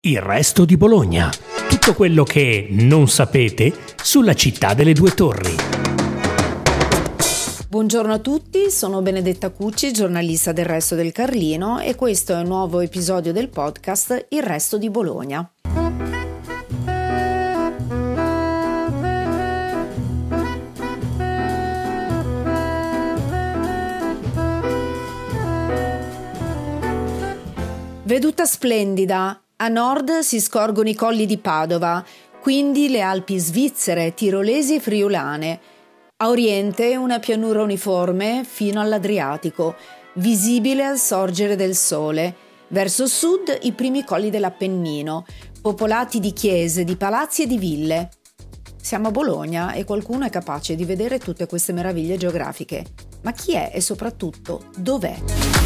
Il resto di Bologna. Tutto quello che non sapete sulla città delle due torri. Buongiorno a tutti, sono Benedetta Cucci, giornalista del Resto del Carlino, e questo è un nuovo episodio del podcast Il resto di Bologna. Veduta splendida. A nord si scorgono i colli di Padova, quindi le Alpi svizzere, tirolesi e friulane. A oriente una pianura uniforme fino all'Adriatico, visibile al sorgere del sole. Verso sud i primi colli dell'Appennino, popolati di chiese, di palazzi e di ville. Siamo a Bologna e qualcuno è capace di vedere tutte queste meraviglie geografiche. Ma chi è e soprattutto dov'è?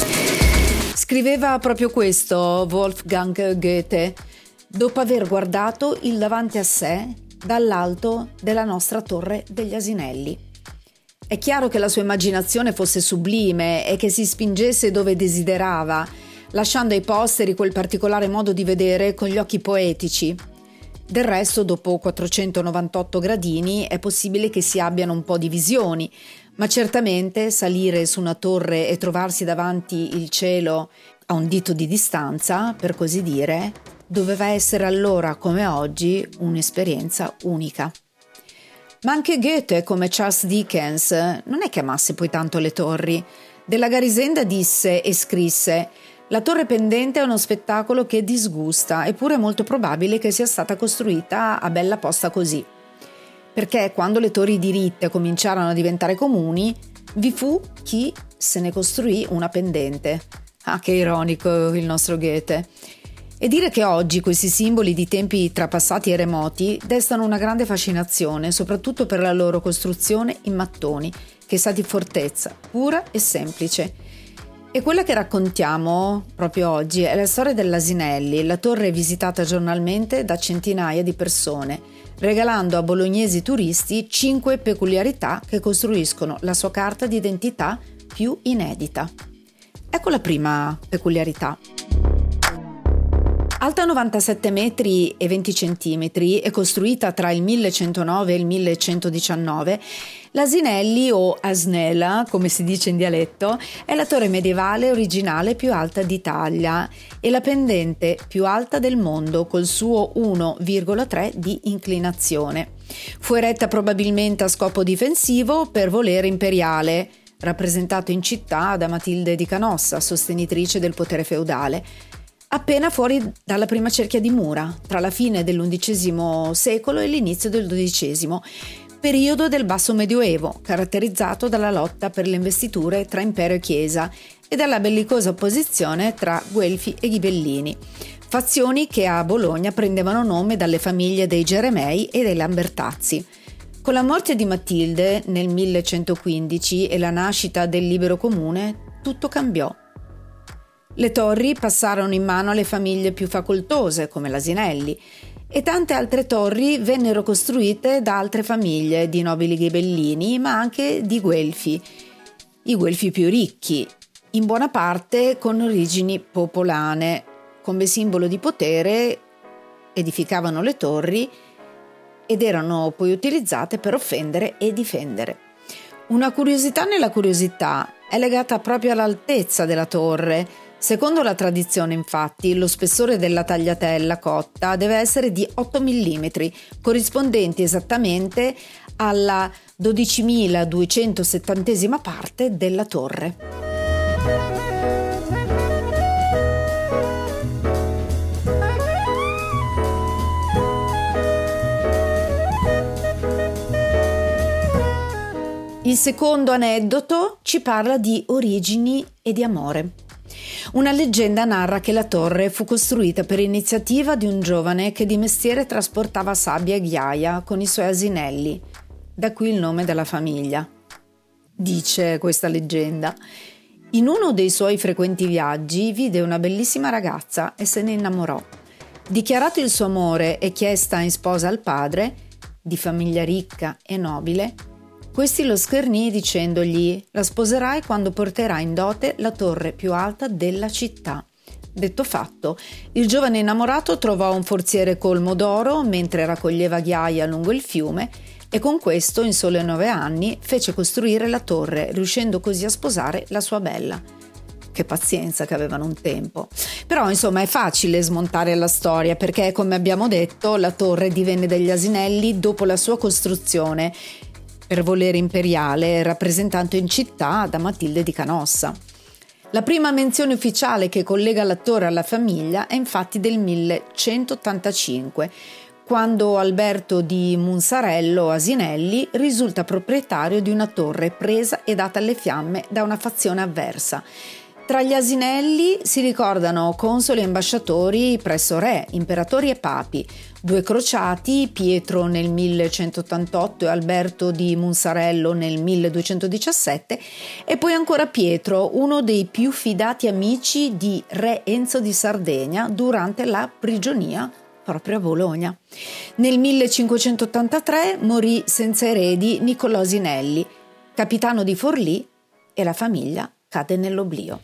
Scriveva proprio questo Wolfgang Goethe dopo aver guardato il davanti a sé dall'alto della nostra Torre degli Asinelli. È chiaro che la sua immaginazione fosse sublime e che si spingesse dove desiderava, lasciando ai posteri quel particolare modo di vedere con gli occhi poetici. Del resto, dopo 498 gradini è possibile che si abbiano un po' di visioni, ma certamente salire su una torre e trovarsi davanti il cielo a un dito di distanza, per così dire, doveva essere allora come oggi un'esperienza unica. Ma anche Goethe, come Charles Dickens, non è che amasse poi tanto le torri. Della Garisenda disse e scrisse: «La torre pendente è uno spettacolo che disgusta, eppure è molto probabile che sia stata costruita a bella posta così». Perché quando le torri diritte cominciarono a diventare comuni, vi fu chi se ne costruì una pendente. Ah, che ironico il nostro Goethe. E dire che oggi questi simboli di tempi trapassati e remoti destano una grande fascinazione, soprattutto per la loro costruzione in mattoni, che sa di fortezza, pura e semplice. E quella che raccontiamo proprio oggi è la storia dell'Asinelli, la torre visitata giornalmente da centinaia di persone, regalando a bolognesi turisti 5 peculiarità che costruiscono la sua carta di identità più inedita. Ecco la prima peculiarità. Alta 97 metri e 20 centimetri e costruita tra il 1109 e il 1119, l'Asinelli o Asnella, come si dice in dialetto, è la torre medievale originale più alta d'Italia e la pendente più alta del mondo col suo 1,3 di inclinazione. Fu eretta probabilmente a scopo difensivo per volere imperiale, rappresentato in città da Matilde di Canossa, sostenitrice del potere feudale, appena fuori dalla prima cerchia di mura, tra la fine dell'XI secolo e l'inizio del XII, periodo del basso medioevo, caratterizzato dalla lotta per le investiture tra impero e chiesa e dalla bellicosa opposizione tra Guelfi e Ghibellini, fazioni che a Bologna prendevano nome dalle famiglie dei Geremei e dei Lambertazzi. Con la morte di Matilde nel 1115 e la nascita del libero comune, tutto cambiò. Le torri passarono in mano alle famiglie più facoltose, come l'Asinelli, e tante altre torri vennero costruite da altre famiglie di nobili ghibellini, ma anche di guelfi, i guelfi più ricchi, in buona parte con origini popolane. Come simbolo di potere edificavano le torri ed erano poi utilizzate per offendere e difendere. Una curiosità nella curiosità è legata proprio all'altezza della torre. Secondo la tradizione, infatti, lo spessore della tagliatella cotta deve essere di 8 mm, corrispondenti esattamente alla 12.270esima parte della torre. Il secondo aneddoto ci parla di origini e di amore. Una leggenda narra che la torre fu costruita per iniziativa di un giovane che di mestiere trasportava sabbia e ghiaia con i suoi asinelli, da qui il nome della famiglia. Dice questa leggenda: in uno dei suoi frequenti viaggi vide una bellissima ragazza e se ne innamorò. Dichiarato il suo amore e chiesta in sposa al padre, di famiglia ricca e nobile, questi lo schernì dicendogli: la sposerai quando porterai in dote la torre più alta della città. Detto fatto, il giovane innamorato trovò un forziere colmo d'oro mentre raccoglieva ghiaia lungo il fiume e con questo, in sole 9 anni, fece costruire la torre, riuscendo così a sposare la sua bella. Che pazienza che avevano un tempo. Però insomma è facile smontare la storia perché, come abbiamo detto, la torre divenne degli Asinelli dopo la sua costruzione per volere imperiale, rappresentato in città da Matilde di Canossa. La prima menzione ufficiale che collega la torre alla famiglia è infatti del 1185, quando Alberto di Munsarello Asinelli risulta proprietario di una torre presa e data alle fiamme da una fazione avversa. Tra gli Asinelli si ricordano consoli e ambasciatori presso re, imperatori e papi, 2 crociati, Pietro nel 1188 e Alberto di Munsarello nel 1217, e poi ancora Pietro, uno dei più fidati amici di re Enzo di Sardegna durante la prigionia proprio a Bologna. Nel 1583 morì senza eredi Niccolò Asinelli, capitano di Forlì, e la famiglia cade nell'oblio.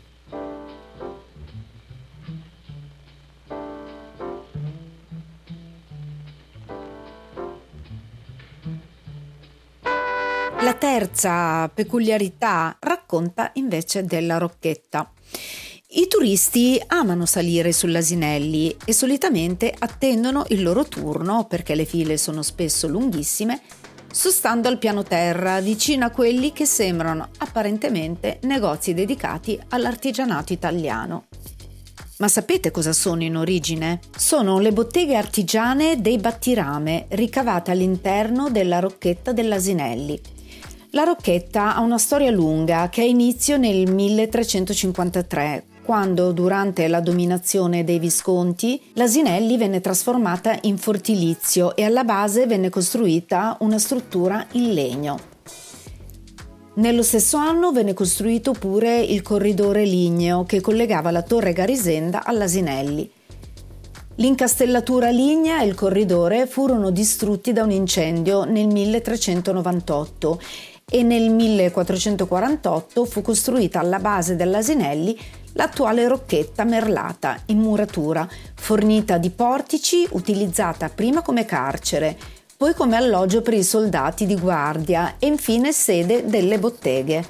La terza peculiarità racconta invece della Rocchetta. I turisti amano salire sull'Asinelli e solitamente attendono il loro turno, perché le file sono spesso lunghissime, sostando al piano terra vicino a quelli che sembrano apparentemente negozi dedicati all'artigianato italiano. Ma sapete cosa sono in origine? Sono le botteghe artigiane dei Battirame, ricavate all'interno della Rocchetta dell'Asinelli. La Rocchetta ha una storia lunga che ha inizio nel 1353, quando durante la dominazione dei Visconti l'Asinelli venne trasformata in fortilizio e alla base venne costruita una struttura in legno. Nello stesso anno venne costruito pure il corridore ligneo che collegava la torre Garisenda all'Asinelli. L'incastellatura lignea e il corridore furono distrutti da un incendio nel 1398 e nel 1448 fu costruita alla base dell'Asinelli l'attuale Rocchetta merlata in muratura, fornita di portici, utilizzata prima come carcere, poi come alloggio per i soldati di guardia e infine sede delle botteghe.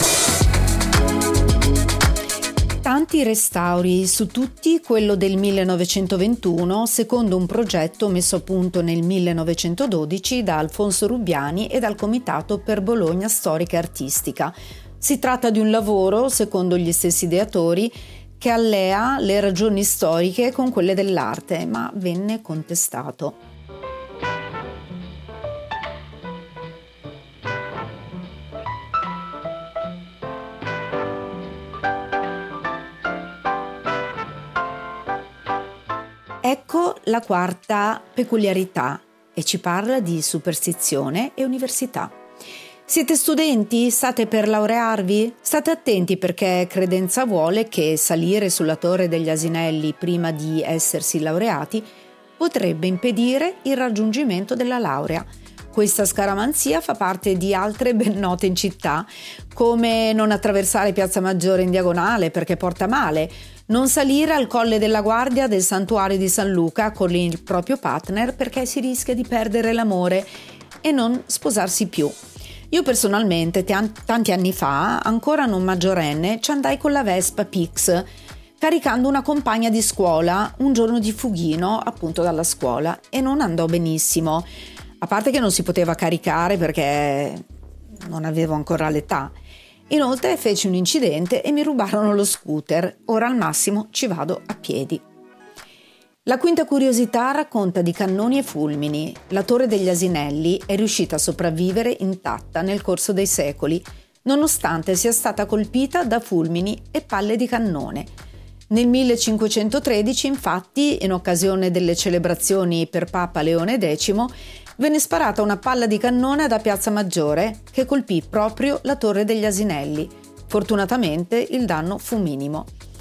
Tanti restauri, su tutti quello del 1921, secondo un progetto messo a punto nel 1912 da Alfonso Rubbiani e dal Comitato per Bologna Storica e Artistica. Si tratta di un lavoro, secondo gli stessi ideatori, che allea le ragioni storiche con quelle dell'arte, ma venne contestato. Ecco la quarta peculiarità e ci parla di superstizione e università. Siete studenti? State per laurearvi? State attenti perché credenza vuole che salire sulla torre degli Asinelli prima di essersi laureati potrebbe impedire il raggiungimento della laurea. Questa scaramanzia fa parte di altre ben note in città, come non attraversare Piazza Maggiore in diagonale perché porta male, non salire al Colle della Guardia del Santuario di San Luca con il proprio partner perché si rischia di perdere l'amore e non sposarsi più. Io personalmente, tanti anni fa, ancora non maggiorenne, ci andai con la Vespa Pix, caricando una compagna di scuola un giorno di fughino appunto dalla scuola e non andò benissimo, a parte che non si poteva caricare perché non avevo ancora l'età. Inoltre feci un incidente e mi rubarono lo scooter, ora al massimo ci vado a piedi. La quinta curiosità racconta di cannoni e fulmini. La torre degli Asinelli è riuscita a sopravvivere intatta nel corso dei secoli, nonostante sia stata colpita da fulmini e palle di cannone. Nel 1513, infatti, in occasione delle celebrazioni per Papa Leone X, venne sparata una palla di cannone da Piazza Maggiore che colpì proprio la torre degli Asinelli. Fortunatamente il danno fu minimo.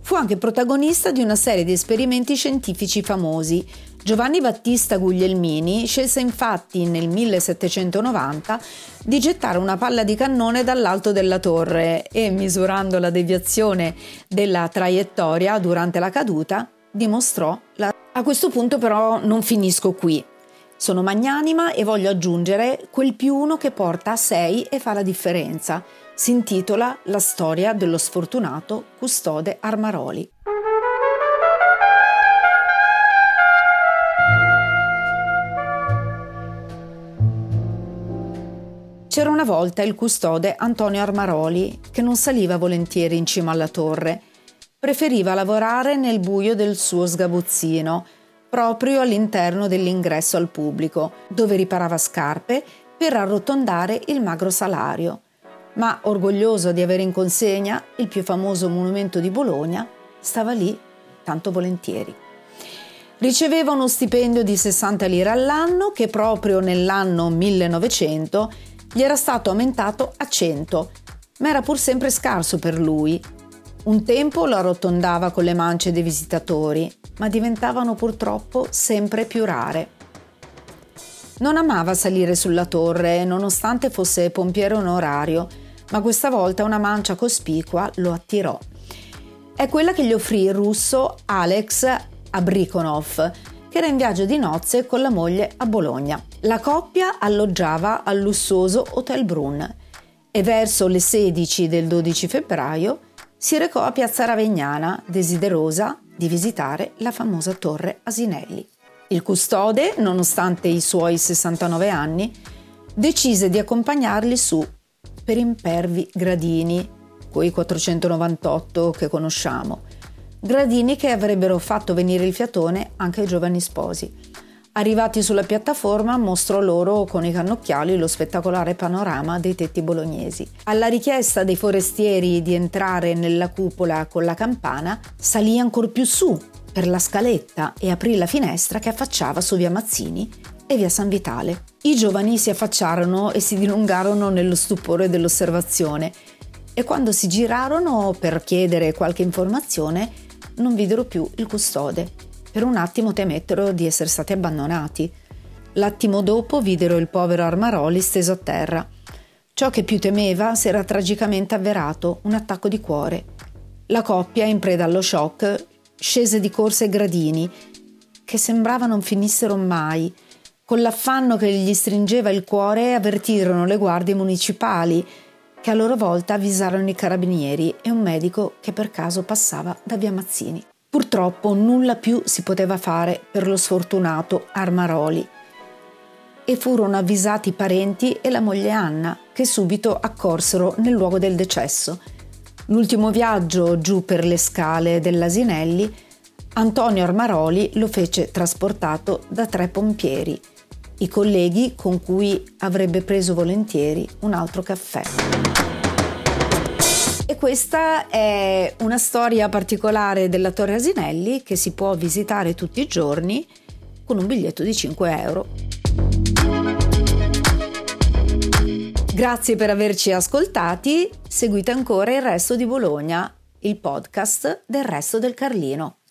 Fu anche protagonista di una serie di esperimenti scientifici famosi. Giovanni Battista Guglielmini scelse infatti nel 1790 di gettare una palla di cannone dall'alto della torre e, misurando la deviazione della traiettoria durante la caduta, dimostrò la... A questo punto però non finisco qui. Sono magnanima e voglio aggiungere quel +1 che porta a 6 e fa la differenza. Si intitola La storia dello sfortunato custode Armaroli. C'era una volta il custode Antonio Armaroli che non saliva volentieri in cima alla torre. Preferiva lavorare nel buio del suo sgabuzzino, proprio all'interno dell'ingresso al pubblico, dove riparava scarpe per arrotondare il magro salario. Ma orgoglioso di avere in consegna il più famoso monumento di Bologna, stava lì tanto volentieri. Riceveva uno stipendio di 60 lire all'anno che proprio nell'anno 1900 gli era stato aumentato a 100, ma era pur sempre scarso per lui. Un tempo lo arrotondava con le mance dei visitatori, ma diventavano purtroppo sempre più rare. Non amava salire sulla torre, nonostante fosse pompiere onorario, ma questa volta una mancia cospicua lo attirò. È quella che gli offrì il russo Alex Abrikonov, che era in viaggio di nozze con la moglie a Bologna. La coppia alloggiava al lussuoso Hotel Brun e verso le 16 del 12 febbraio si recò a Piazza Ravegnana, desiderosa di visitare la famosa Torre Asinelli. Il custode, nonostante i suoi 69 anni, decise di accompagnarli su per impervi gradini, quei 498 che conosciamo, gradini che avrebbero fatto venire il fiatone anche ai giovani sposi. Arrivati sulla piattaforma mostrò loro con i cannocchiali lo spettacolare panorama dei tetti bolognesi. Alla richiesta dei forestieri di entrare nella cupola con la campana, salì ancor più su per la scaletta e aprì la finestra che affacciava su via Mazzini e via San Vitale. I giovani si affacciarono e si dilungarono nello stupore dell'osservazione e quando si girarono per chiedere qualche informazione non videro più il custode. Per un attimo temettero di essere stati abbandonati. L'attimo dopo videro il povero Armaroli steso a terra. Ciò che più temeva si era tragicamente avverato, un attacco di cuore. La coppia, in preda allo shock, scese di corsa ai gradini, che sembrava non finissero mai. Con l'affanno che gli stringeva il cuore avvertirono le guardie municipali, che a loro volta avvisarono i carabinieri e un medico che per caso passava da via Mazzini. Purtroppo nulla più si poteva fare per lo sfortunato Armaroli e furono avvisati i parenti e la moglie Anna, che subito accorsero nel luogo del decesso. L'ultimo viaggio giù per le scale dell'Asinelli, Antonio Armaroli lo fece trasportato da 3 pompieri, i colleghi con cui avrebbe preso volentieri un altro caffè. E questa è una storia particolare della Torre Asinelli che si può visitare tutti i giorni con un biglietto di 5 euro. Grazie per averci ascoltati, seguite ancora Il Resto di Bologna, il podcast del Resto del Carlino.